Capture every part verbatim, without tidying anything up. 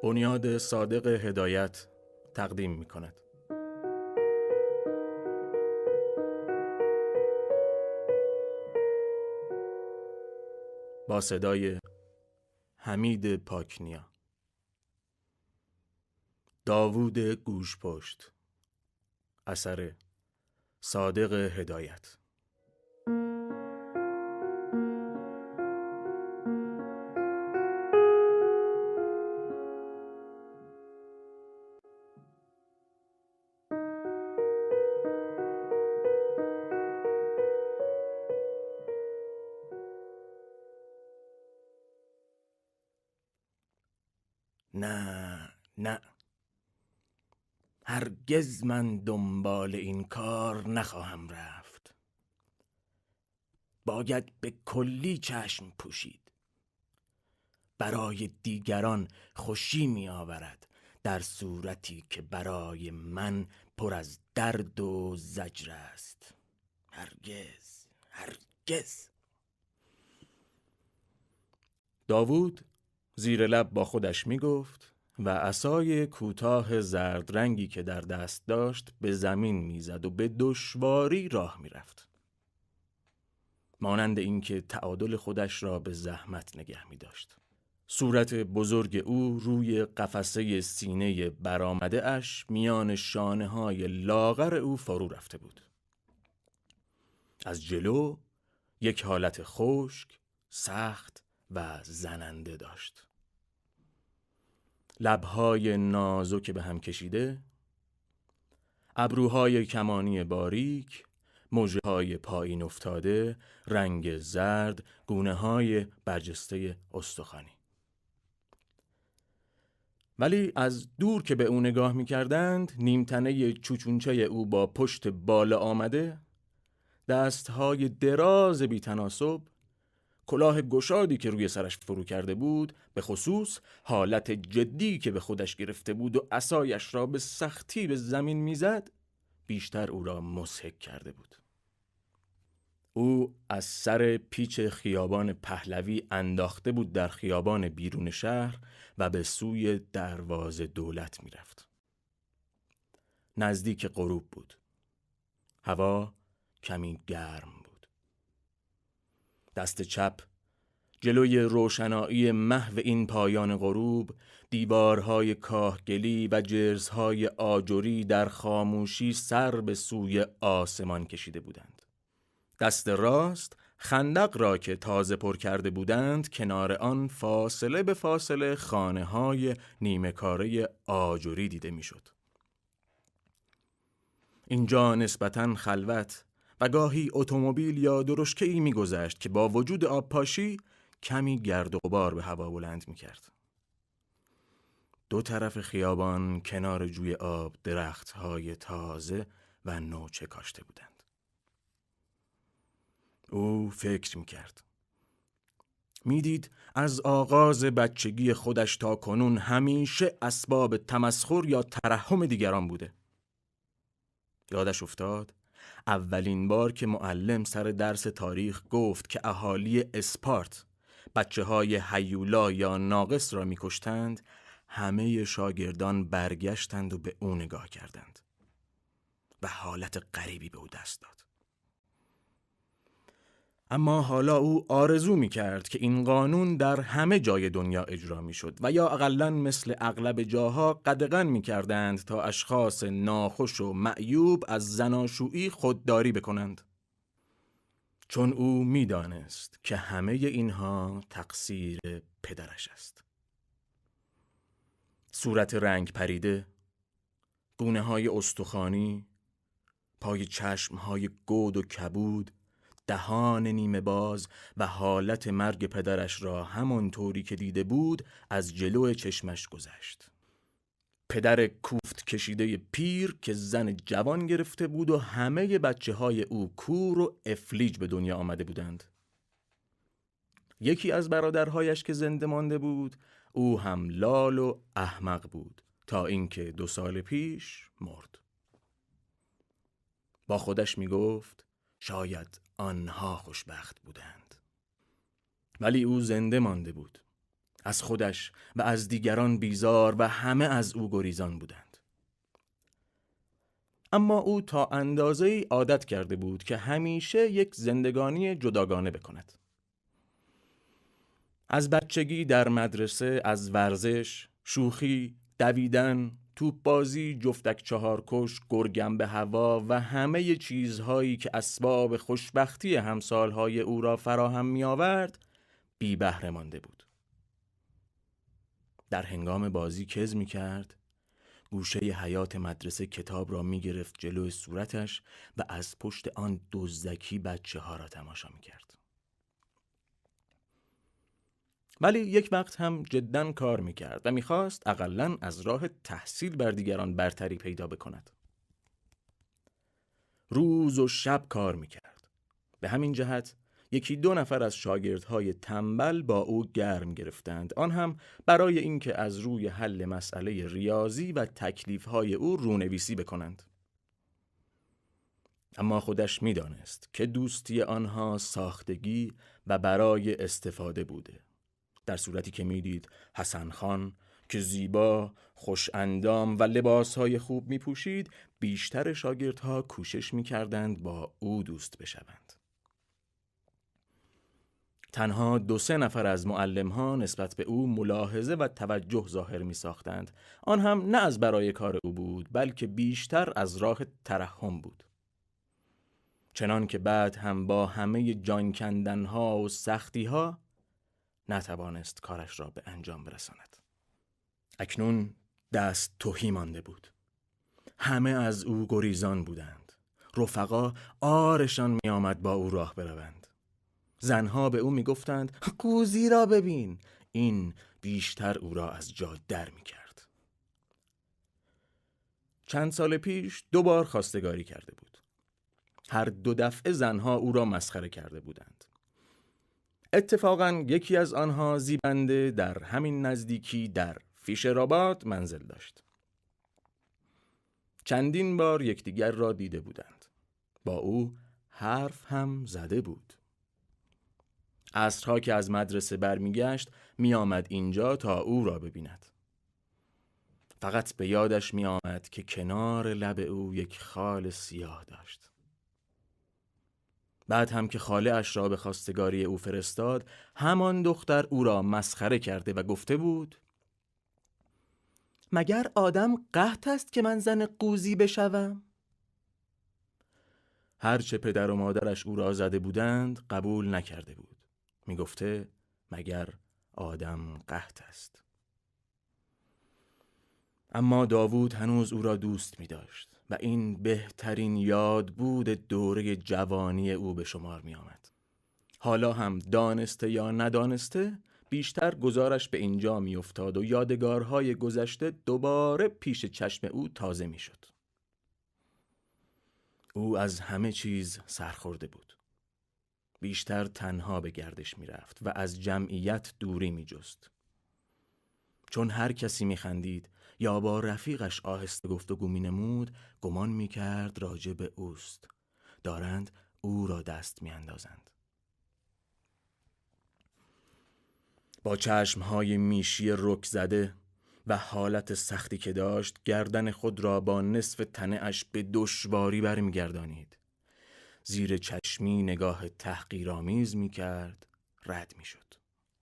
بنیاد صادق هدایت تقدیم می کند. با صدای حمید پاکنیا. داوود گوشپشت، اثر صادق هدایت. نه نه، هرگز من دنبال این کار نخواهم رفت. باید به کلی چشم پوشید. برای دیگران خوشی می آورد در صورتی که برای من پر از درد و زجر است. هرگز هرگز. داوود زیر لب با خودش می گفت و عصای کوتاه زرد رنگی که در دست داشت به زمین می زد و به دشواری راه می رفت. مانند اینکه تعادل خودش را به زحمت نگه می داشت. صورت بزرگ او روی قفسه سینه برآمده اش میان شانه های لاغر او فرو رفته بود. از جلو یک حالت خشک، سخت و زننده داشت. لبهای نازک به هم کشیده، ابروهای کمانی باریک، مژه‌های پایین افتاده، رنگ زرد، گونه‌های برجسته استخوانی. ولی از دور که به او نگاه می‌کردند، نیمتنه چوچونچه او با پشت بالا آمده، دستهای دراز بی‌تناسب، کلاه گشادی که روی سرش فرو کرده بود، به خصوص حالت جدی که به خودش گرفته بود و عصایش را به سختی به زمین میزد، بیشتر او را مضحک کرده بود. او از سر پیچ خیابان پهلوی انداخته بود در خیابان بیرون شهر و به سوی دروازه دولت میرفت. نزدیک غروب بود. هوا کمی گرم بود. دست چپ جلوی روشنایی محو این پایان غروب، دیوارهای کاهگلی و جرزهای آجری در خاموشی سر به سوی آسمان کشیده بودند. دست راست خندق را که تازه پر کرده بودند، کنار آن فاصله به فاصله خانه‌های نیمه کاره آجری دیده میشد. اینجا نسبتاً خلوت و گاهی اتومبیل یا درشکه‌ای می‌گذشت که با وجود آبپاشی کمی گرد و غبار به هوا بلند می‌کرد. دو طرف خیابان کنار جوی آب درخت‌های تازه و نوچه کاشته بودند. او فکر می‌کرد. می‌دید از آغاز بچگی خودش تا کنون همیشه اسباب تمسخر یا ترحم دیگران بوده. یادش افتاد اولین بار که معلم سر درس تاریخ گفت که اهالی اسپارت بچه های هیولا یا ناقص را می‌کشتند، همه شاگردان برگشتند و به او نگاه کردند و حالت غریبی به او دست داد. اما حالا او آرزو می‌کرد که این قانون در همه جای دنیا اجرا می‌شد و یا اقلاً مثل اغلب جاها قدغن می‌کردند تا اشخاص ناخوش و معیوب از زناشویی خودداری بکنند. چون او می‌دانست که همه اینها تقصیر پدرش است. صورت رنگ پریده، گونه‌های استخوانی، پای چشم‌های گود و کبود، دهان نیمه باز و حالت مرگ پدرش را همانطوری که دیده بود از جلو چشمش گذشت. پدر کوفت کشیده پیر که زن جوان گرفته بود و همه بچه های او کور و افلیج به دنیا آمده بودند. یکی از برادرهایش که زنده مانده بود، او هم لال و احمق بود تا اینکه دو سال پیش مرد. با خودش می گفت شاید آنها خوشبخت بودند. ولی او زنده مانده بود. از خودش و از دیگران بیزار و همه از او گریزان بودند. اما او تا اندازه‌ای عادت کرده بود که همیشه یک زندگانی جداگانه بکند. از بچگی در مدرسه از ورزش، شوخی، دویدن، توپ بازی، جفتک چهارکش، گرگم به هوا و همه چیزهایی که اسباب خوشبختی همسالهای او را فراهم می آورد بی بهره مانده بود. در هنگام بازی کز می کرد، گوشه حیاط مدرسه کتاب را می گرفت جلوی صورتش و از پشت آن دزدکی بچه ها را تماشا می کرد. ولی یک وقت هم جداً کار می کرد و می خواست اقلاً از راه تحصیل بر دیگران برتری پیدا بکند. روز و شب کار می کرد. به همین جهت یکی دو نفر از شاگردهای تنبل با او گرم گرفتند، آن هم برای اینکه از روی حل مسئله ریاضی و تکلیفهای او رونویسی بکنند. اما خودش می دانست که دوستی آنها ساختگی و برای استفاده بوده، در صورتی که می دید حسن خان که زیبا، خوش اندام و لباسهای خوب می پوشید، بیشتر شاگردها کوشش می کردند با او دوست بشوند. تنها دو سه نفر از معلم‌ها نسبت به او ملاحظه و توجه ظاهر می ساختند. آن هم نه از برای کار او بود، بلکه بیشتر از راه ترحم بود. چنان که بعد هم با همه جان کندن‌ها و سختی‌ها نتوانست کارش را به انجام برساند. اکنون دست تهی مانده بود. همه از او گریزان بودند. رفقا آرشان می آمد با او راه بروند. زنها به او می گفتند قوزی را ببین. این بیشتر او را از جا در می کرد. چند سال پیش دو بار خواستگاری کرده بود. هر دو دفعه زنها او را مسخره کرده بودند. اتفاقاً یکی از آنها زیبنده در همین نزدیکی در فیشرآباد منزل داشت. چندین بار یکدیگر را دیده بودند. با او حرف هم زده بود. عصرها که از مدرسه برمیگشت می آمد اینجا تا او را ببیند. فقط به یادش می آمد که کنار لب او یک خال سیاه داشت. بعد هم که خاله اش را به خواستگاری او فرستاد، همان دختر او را مسخره کرده و گفته بود مگر آدم قحط است که من زن قوزی بشوم؟ هرچه پدر و مادرش او را زده بودند قبول نکرده بود. می گفته مگر آدم قحط است. اما داوود هنوز او را دوست می داشت و این بهترین یاد بود دوره جوانی او به شمار می آمد. حالا هم دانسته یا ندانسته بیشتر گزارش به اینجا می افتاد و یادگارهای گذشته دوباره پیش چشم او تازه می شد. او از همه چیز سرخورده بود. بیشتر تنها به گردش می رفت و از جمعیت دوری می جست. چون هر کسی می خندید یا با رفیقش آهسته گفتگو می نمود، گمان می کرد راجع به اوست. دارند او را دست می اندازند. با چشمهای میشی رک زده و حالت سختی که داشت، گردن خود را با نصف تنه اش به دشواری برمی گردانید. زیر چشمی نگاه تحقیرآمیز می کرد، رد می شد.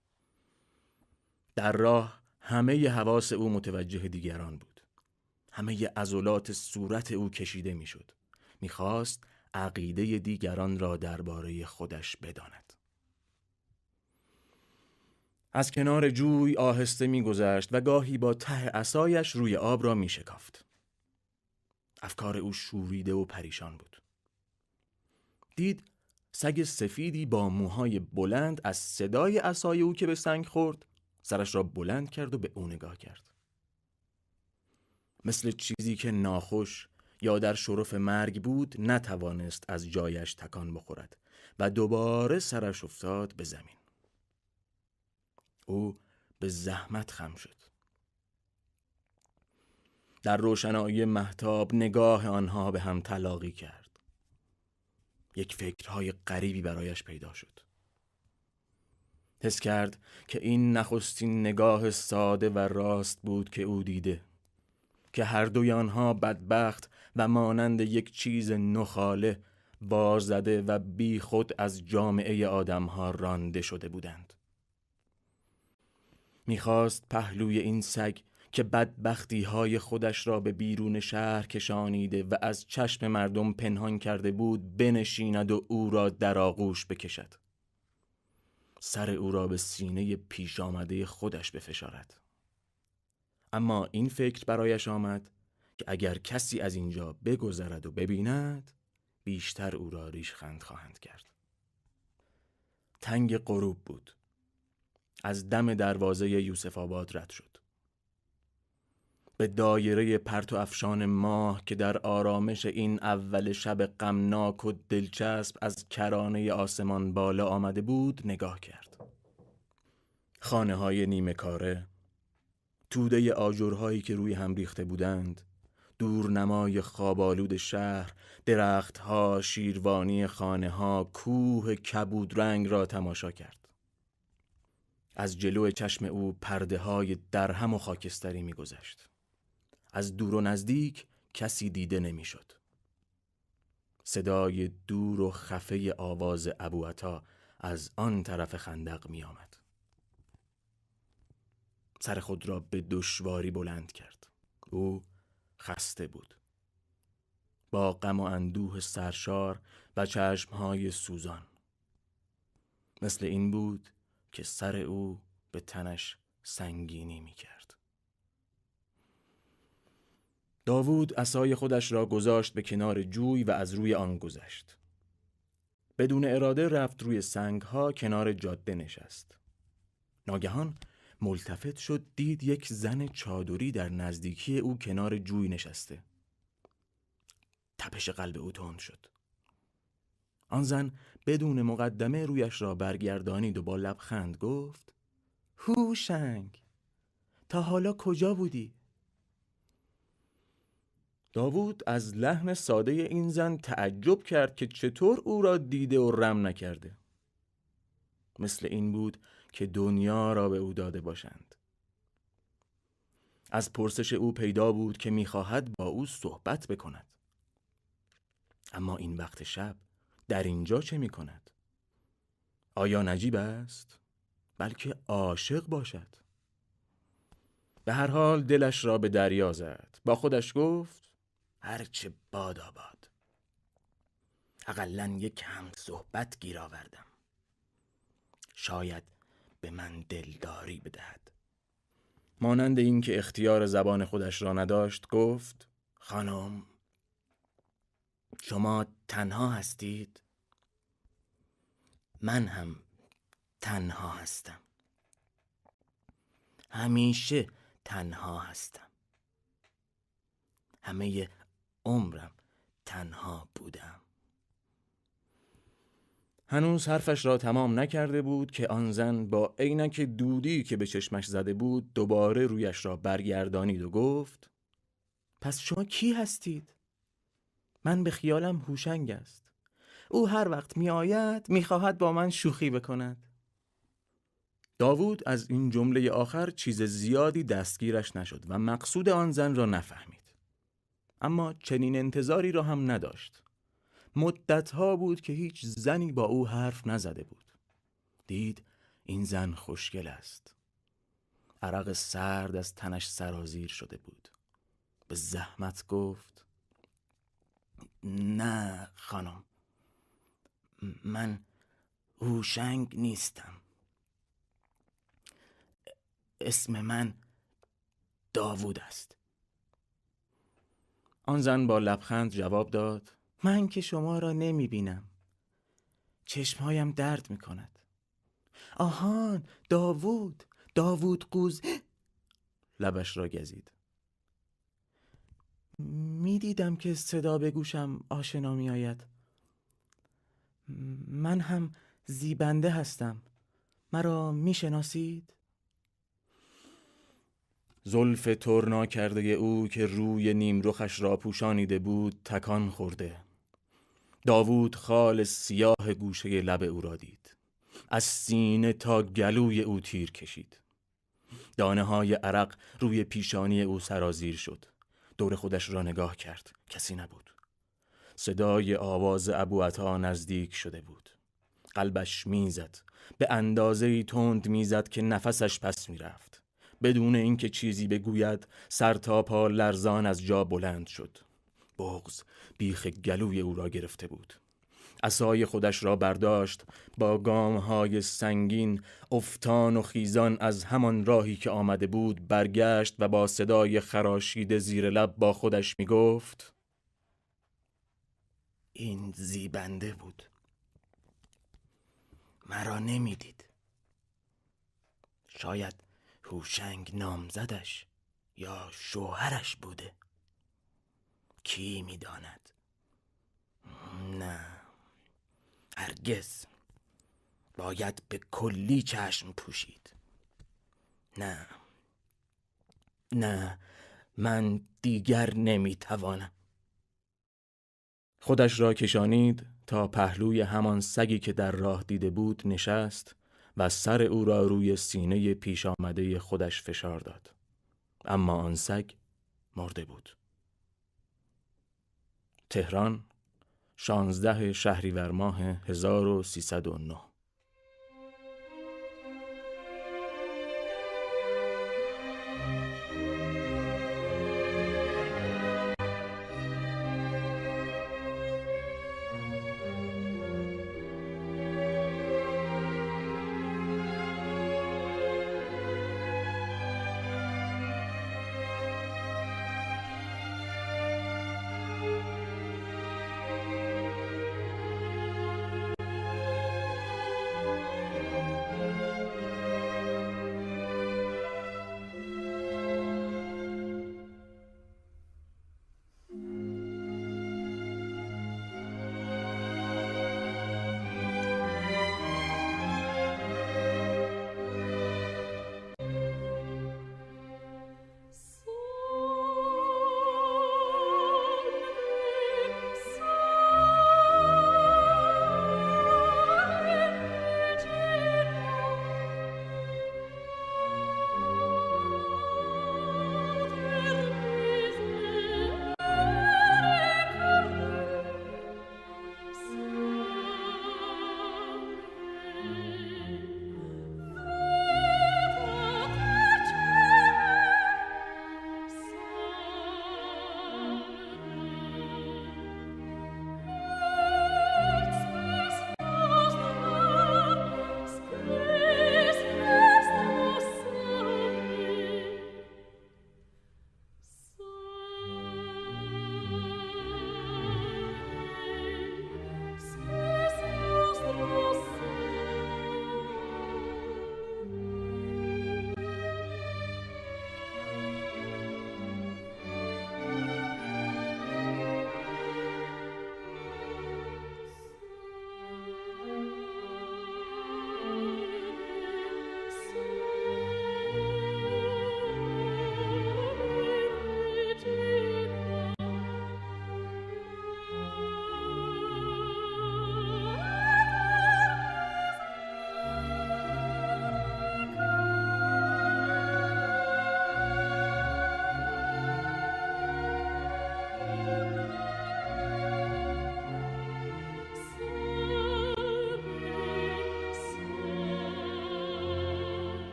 در راه همه حواس او متوجه دیگران بود. همه عضلات صورت او کشیده می شد. می خواست عقیده دیگران را درباره خودش بداند. از کنار جوی آهسته می گذشت و گاهی با ته عصایش روی آب را می شکافت. افکار او شوریده و پریشان بود. دید سگ سفیدی با موهای بلند از صدای عصای او که به سنگ خورد سرش را بلند کرد و به او نگاه کرد. مثل چیزی که ناخوش یا در شرف مرگ بود نتوانست از جایش تکان بخورد و دوباره سرش افتاد به زمین. او به زحمت خم شد. در روشنایی مهتاب نگاه آنها به هم تلاقی کرد. یک فکرهای غریبی برایش پیدا شد. حس کرد که این نخستین نگاه ساده و راست بود که او دیده، که هر دوی آنها بدبخت و مانند یک چیز نخاله بار زده و بی خود از جامعه آدمها رانده شده بودند. میخواست پهلوی این سگ که بدبختی های خودش را به بیرون شهر کشانیده و از چشم مردم پنهان کرده بود بنشیند و او را در آغوش بکشد، سر او را به سینه پیش آمده خودش بفشارد. اما این فکر برایش آمد که اگر کسی از اینجا بگذرد و ببیند بیشتر او را ریشخند خواهند کرد. تنگ غروب بود. از دم دروازه یوسف آباد رد شد. به دایره پرتو افشان ماه که در آرامش این اول شب غمناک و دلچسب از کرانه آسمان بالا آمده بود نگاه کرد. خانه های نیمه کاره، توده آجرهایی که روی هم ریخته بودند، دورنمای خوابالود شهر، درختها، شیروانی خانه ها، کوه کبود رنگ را تماشا کرد. از جلو چشم او پرده های درهم و خاکستری می گذشت. از دور و نزدیک کسی دیده نمی شد. صدای دور و خفه آواز ابوعطا از آن طرف خندق می آمد. سر خود را به دشواری بلند کرد. او خسته بود، با غم و اندوه سرشار و چشمهای سوزان. مثل این بود که سر او به تنش سنگینی می کرد. داوود عصای خودش را گذاشت به کنار جوی و از روی آن گذشت. بدون اراده رفت روی سنگها کنار جاده نشست. ناگهان ملتفت شد، دید یک زن چادری در نزدیکی او کنار جوی نشسته. تپش قلب او تند شد. آن زن بدون مقدمه رویش را برگردانید و با لبخند گفت: هوشنگ، تا حالا کجا بودی؟ داوود از لحن ساده این زن تعجب کرد که چطور او را دیده و رم نکرده. مثل این بود که دنیا را به او داده باشند. از پرسش او پیدا بود که می‌خواهد با او صحبت بکند. اما این وقت شب در اینجا چه می‌کند؟ آیا نجیب است؟ بلکه عاشق باشد. به هر حال دلش را به دریا زد. با خودش گفت: هرچه باد آباد. اقلن یک هم صحبت گیر آوردم. شاید به من دلداری بدهد. مانند این که اختیار زبان خودش را نداشت گفت: خانم، شما تنها هستید؟ من هم تنها هستم. همیشه تنها هستم. همه عمرم تنها بودم. هنوز حرفش را تمام نکرده بود که آن زن با عینک دودی که به چشمش زده بود دوباره رویش را برگردانید و گفت: پس شما کی هستید؟ من به خیالم هوشنگ است. او هر وقت می آید می خواهد با من شوخی بکند. داوود از این جمله آخر چیز زیادی دستگیرش نشد و مقصود آن زن را نفهمید. اما چنین انتظاری را هم نداشت. مدتها بود که هیچ زنی با او حرف نزده بود. دید این زن خوشگل است. عرق سرد از تنش سرازیر شده بود. به زحمت گفت: نه خانم، من هوشنگ نیستم. اسم من داوود است. آن زن با لبخند جواب داد: من که شما را نمی بینم. چشمهایم درد می کند. آهان، داوود، داوود قوز. لبش را گزید. می دیدم که صدا به گوشم آشنا می آید. من هم زیبنده هستم. مرا می شناسید؟ زلف ترنا کرده او که روی نیم رخش را پوشانیده بود تکان خورده. داوود خال سیاه گوشه لب او را دید. از سینه تا گلوی او تیر کشید. دانه های عرق روی پیشانی او سرازیر شد. دور خودش را نگاه کرد. کسی نبود. صدای آواز ابوعطا نزدیک شده بود. قلبش میزد. به اندازه‌ای تند میزد که نفسش پس میرفت. بدون اینکه چیزی بگوید سر تا پا لرزان از جا بلند شد. بغض بیخ گلوی او را گرفته بود. عصای خودش را برداشت. با گام‌های سنگین افتان و خیزان از همان راهی که آمده بود برگشت و با صدای خراشیده زیر لب با خودش می گفت: این زیبنده بود، مرا نمیدید. شاید هوشنگ نامزدش یا شوهرش بوده، کی میداند؟ نه، هرگز. باید به کلی چشم پوشید. نه نه من دیگر نمیتوانم. خودش را کشانید تا پهلوی همان سگی که در راه دیده بود نشست و سر او را روی سینه پیش آمده خودش فشار داد. اما آن سگ مرده بود. تهران، شانزده شهریور ماه هزار و سیصد و نه.